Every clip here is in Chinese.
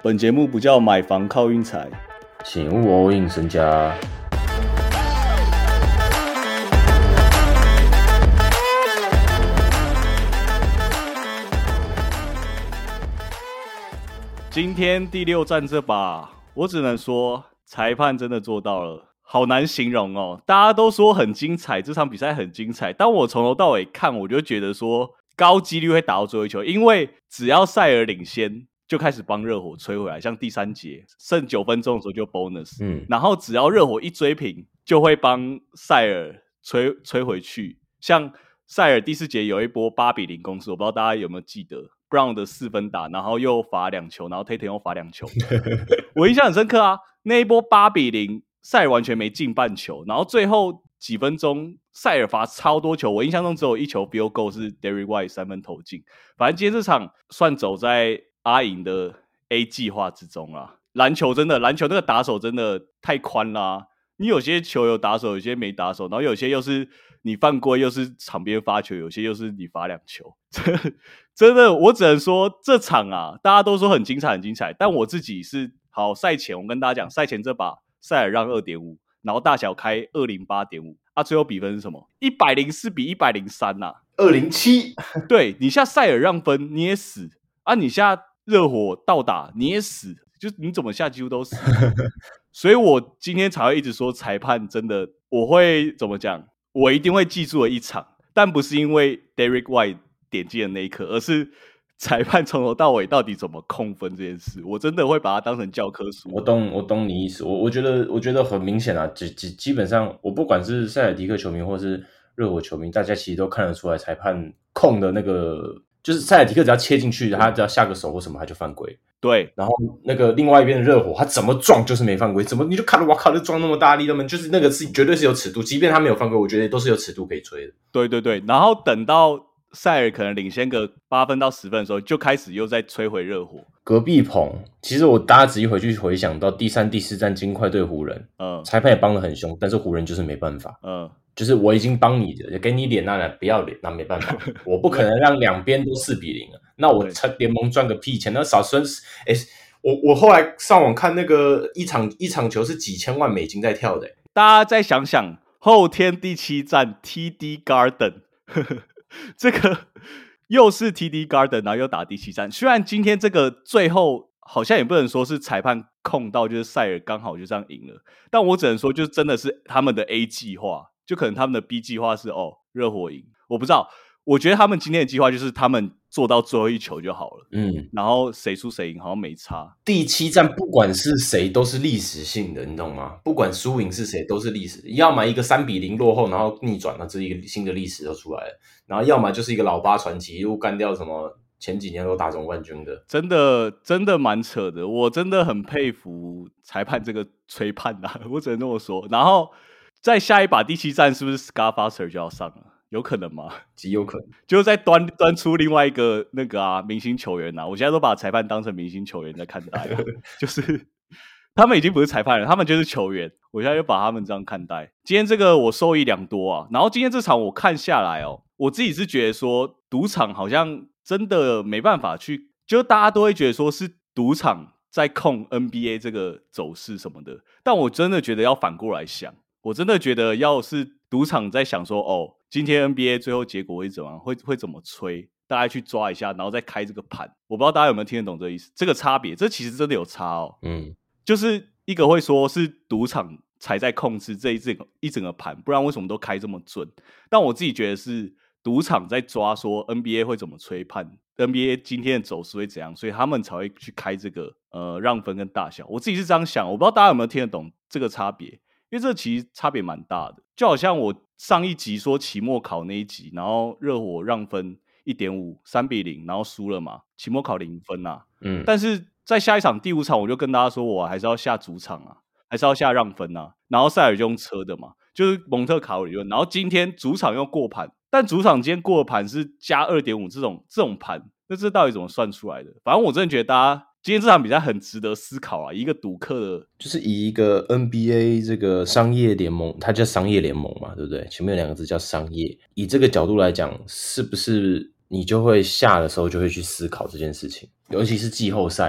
本节目不叫买房靠运财， 请勿 all in 身家。 今天第6战这把，我只能说裁判真的做到了，好难形容哦。大家都说很精彩，这场比赛很精彩，但我从头到尾看，我就觉得说高几率会打到最后一球，因为只要塞尔领先，就开始帮热火吹回来，像第3节剩9分钟的时候就 bonus，然后只要热火一追平，就会帮塞尔吹回去。像塞尔第4节有一波8-0攻势，我不知道大家有没有记得 ，Brown 的4分打，然后又罚2球，然后 Tatum 又罚2球，我印象很深刻啊。那一波8-0，塞尔完全没进半球，然后最后几分钟塞尔罚超多球，我印象中只有1球 field goal 是 Derrick White 3分投进。反正今天这场算走在阿银的 A 计划之中啦。篮球那个打手真的太宽啦，你有些球有打手，有些没打手，然后有些又是你犯规，又是场边发球，有些又是你罚2球。真的，我只能说这场啊，大家都说很精彩很精彩，但我自己是好赛前我跟大家讲，赛前这把塞尔让 2.5， 然后大小开 208.5 啊，最后比分是什么？104比103啊 207。 对，你下塞尔让分你也死啊，你下热火倒打你也死，就是你怎么下几乎都死。所以我今天才会一直说裁判真的，我会怎么讲？我一定会记住的一场，但不是因为 Derrick White 点进的那一刻，而是裁判从头到尾到底怎么控分这件事，我真的会把它当成教科书。 我懂你意思，我觉得很明显啊，基本上我不管是塞尔提克球迷或是热火球迷，大家其实都看得出来，裁判控的那个就是塞尔提克只要切进去，他只要下个手或什么他就犯规。对，然后那个另外一边的热火，他怎么撞就是没犯规，怎么你就看到哇靠，这撞那么大力，他们就是那个是绝对是有尺度，即便他没有犯规，我觉得都是有尺度可以吹的。 对，然后等到塞尔可能领先个8分到10分的时候，就开始又在摧毁热火。 隔壁棚，其实大家仔细回去回想到第3、第4战金块对湖人，裁判也帮得很凶，但是湖人就是没办法，就是我已经帮你的，给你脸那不要脸，那没办法，我不可能让两边都4-0啊，那我联盟赚个屁钱，那少分我后来上网看那个一场球是几千万美金在跳的， 大家再想想后天第7战 TD Garden 这个又是 TD Garden， 然后又打第7战。虽然今天这个最后好像也不能说是裁判控到，就是塞尔刚好就这样赢了，但我只能说就真的是他们的 A 计划，就可能他们的 B 计划是热火赢，我不知道。我觉得他们今天的计划就是他们做到最后一球就好了，然后谁输谁赢好像没差。 第7战不管是谁都是历史性的，你懂吗？不管输赢是谁都是历史，要么一个3-0落后然后逆转了，这是一个新的历史都出来了，然后要么就是一个老八传奇一路干掉什么前几年都打总冠军的， 真的蛮扯的。我真的很佩服裁判这个吹判啊，我只能这么说。然后在下一把第7战是不是 Scott Foster 就要上了？有可能吗？ 极有可能， 就是在端出另外一个那个明星球员啊！我现在都把裁判当成明星球员在看待啊，就是他们已经不是裁判了，他们就是球员。我现在就把他们这样看待。今天这个我受益良多啊，然后今天这场我看下来我自己是觉得说赌场好像真的没办法去，就大家都会觉得说是赌场在控 NBA 这个走势什么的，但我真的觉得要反过来想，我真的觉得要是赌场在想说今天 NBA 最后结果会怎么样，会怎么吹，大家去抓一下，然后再开这个盘。我不知道大家有没有听得懂这个意思，这个差别，这其实真的有差就是一个会说是赌场才在控制这一整个盘，不然为什么都开这么准？但我自己觉得是赌场在抓说 NBA 会怎么吹判， NBA 今天的走势会怎样，所以他们才会去开这个让分跟大小。我自己是这样想，我不知道大家有没有听得懂这个差别，因为这其实差别蛮大的。就好像我上一集说期末考那一集，然后热火让分 1.5 3-0，然后输了嘛，期末考0分啊。但是在下一场第5场我就跟大家说我还是要下主场啊，还是要下让分啊，然后塞尔就用车的嘛，就是蒙特卡洛理论。然后今天主场又过盘，但主场今天过的盘是加 2.5 这种盘，那这到底怎么算出来的？反正我真的觉得大家今天这场比赛很值得思考啊，一个赌客的， 就是以一个 NBA 这个商业联盟，它叫商业联盟嘛，对不对？前面有2个字叫商业，以这个角度来讲，是不是你就会下的时候就会去思考这件事情，尤其是季后赛啦。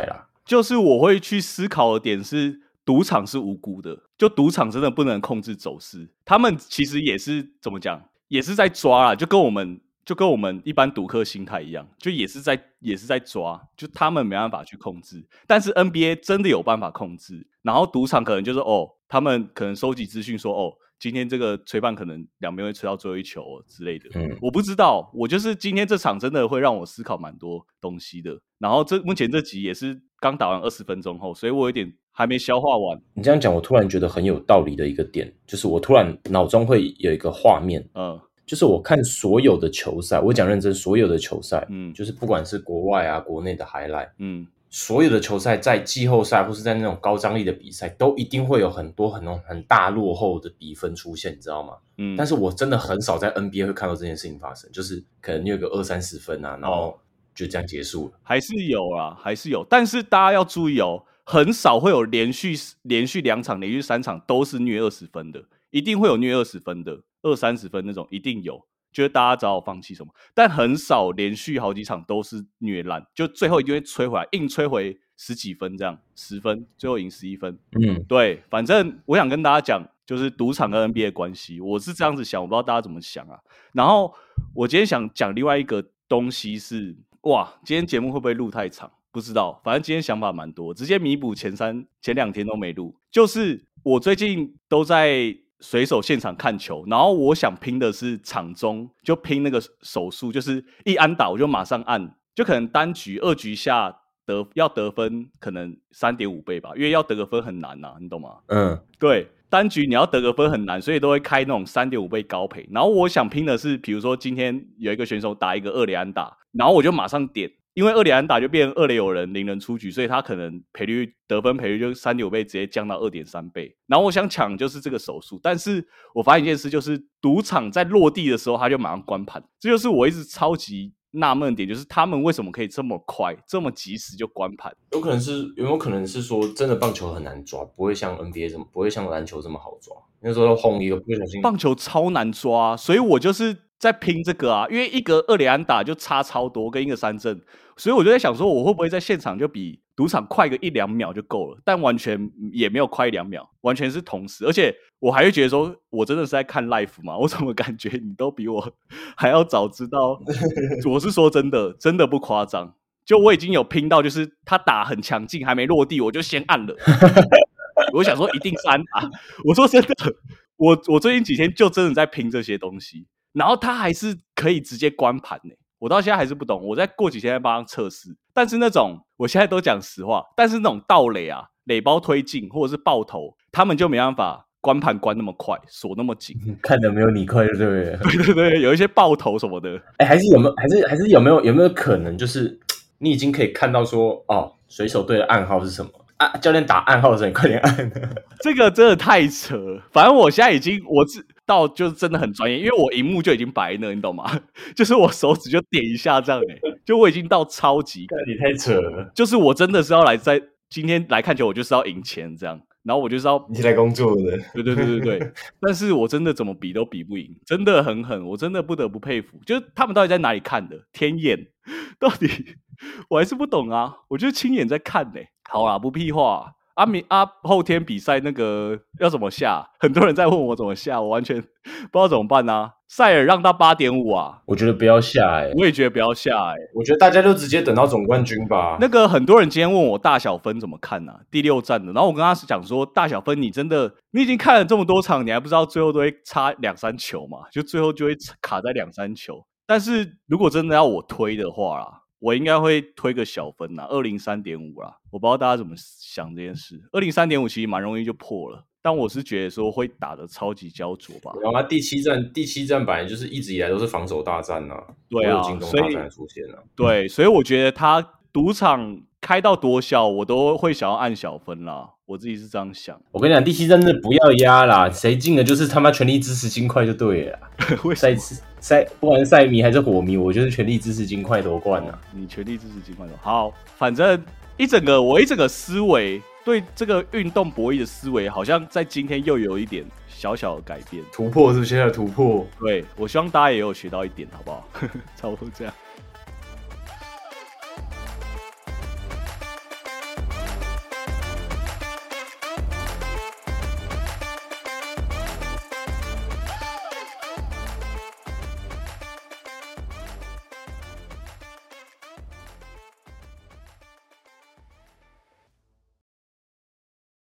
就是我会去思考的点是，赌场是无辜的，就赌场真的不能控制走势，他们其实也是怎么讲，也是在抓啦，就跟我们一般赌客心态一样，就也是在抓，就他们没办法去控制，但是 NBA 真的有办法控制，然后赌场可能就是他们可能收集资讯说今天这个吹判可能两边会吹到最后一球之类的，我不知道，我就是今天这场真的会让我思考蛮多东西的。然后目前这集也是刚打完20分钟后，所以我有点还没消化完。 你这样讲，我突然觉得很有道理的一个点，就是我突然脑中会有一个画面，就是我看所有的球赛，我讲认真，所有的球赛，就是不管是国外啊、国内的 highlight，所有的球赛在季后赛或是在那种高张力的比赛，都一定会有很多很大落后的比分出现，你知道吗？但是我真的很少在 NBA 会看到这件事情发生，就是可能你有个20-30分啊，然后就这样结束了。 还是有啦，还是有，但是大家要注意很少会有连续2场、连续3场都是虐20分的，一定会有虐20分的，20-30分那种一定有。就是大家早放弃什么，但很少连续好几场都是虐烂，就最后一定会吹回来，硬吹回10几分这样，10分，最后赢11分。对，反正我想跟大家讲，就是赌场跟 NBA 的关系，我是这样子想，我不知道大家怎么想啊。然后我今天想讲另外一个东西是，今天节目会不会录太长？不知道，反正今天想法蛮多，直接弥补前2天都没录。就是我最近都在水手现场看球，然后我想拼的是场中，就拼那个手速，就是一安打我就马上按，就可能单局2局下要得分可能3.5倍吧，因为要得个分很难啊，你懂吗？对，单局你要得个分很难，所以都会开那种3.5倍高赔。然后我想拼的是，比如说今天有一个选手打一个2垒安打，然后我就马上点。因为2垒安打就变成2垒有人0人出局，所以他可能得分赔率就3.5倍直接降到2.3倍。然后我想抢就是这个手速，但是我发现一件事，就是赌场在落地的时候他就马上关盘，这就是我一直超级纳闷的点，就是他们为什么可以这么快这么及时就关盘？ 有没有可能是说真的棒球很难抓，不会像 NBA 不会像篮球这么好抓？那时候轰一个不小心， 棒球超难抓，所以我就是在拼这个啊，因为一个2垒安打就差超多，跟一个3振，所以我就在想说，我会不会在现场就比赌场快个1-2秒就够了？但完全也没有快1-2秒，完全是同时，而且我还会觉得说，我真的是在看 live 吗？我怎么感觉你都比我还要早知道？我是说真的，真的不夸张。就我已经有拼到，就是他打很强劲，还没落地，我就先按了。我想说一定是安打。我说真的，我最近几天就真的在拼这些东西，然后他还是可以直接关盘呢。我到现在还是不懂，我再过几天再帮他测试。但是那种我现在都讲实话，但是那种盗垒啊、垒包推进或者是爆头，他们就没办法关盘关那么快，锁那么紧， 看得没有你快，对不对？ 对对对，有一些爆头什么的。 还是有没有可能，就是你已经可以看到说，水手队的暗号是什么？教练打暗号的时候，你快点按。 这个真的太扯了，反正我现在我到就是真的很专业，因为我荧幕就已经白了，你懂吗？就是我手指就点一下这样就我已经到超级。 你太扯了， 就是我真的是要在今天来看球，我就是要赢钱这样，然后我就是要你是来工作的。 对，但是我真的怎么比都比不赢，真的很狠，我真的不得不佩服。就是他们到底在哪里看的？天眼到底我还是不懂啊，我就是亲眼在看好啦，不屁话后天比赛那个要怎么下？很多人在问我怎么下，我完全不知道怎么办啊。塞尔让到 8.5 啊， 我觉得不要下我也觉得不要下我觉得大家就直接等到总冠军吧。 那个很多人今天问我大小分怎么看啊，第6战的，然后我跟他讲说，大小分你已经看了这么多场，你还不知道最后都会差2-3球嘛？就最后就会卡在2-3球。但是如果真的要我推的话啦，我应该会推个小分啦，203.5啦。我不知道大家怎么想这件事。203.5其实蛮容易就破了，但我是觉得说会打得超级焦灼吧。 然后第七战本来就是一直以来都是防守大战啊， 对啊， 有进攻大战的出现啊。 对，所以我觉得他赌场开到多小，我都会想要按小分啦。我自己是这样想。 我跟你讲，第7战真的不要压啦，谁进了就是他妈全力支持金块就对了啦。不管是赛迷还是火迷，我就是全力支持金块夺冠啊。 你全力支持金块夺冠。好，反正我一整个思维对这个运动博弈的思维，好像在今天又有一点小小的改变， 突破是不是？现在的突破。 对，我希望大家也有学到一点，好不好？差不多这样。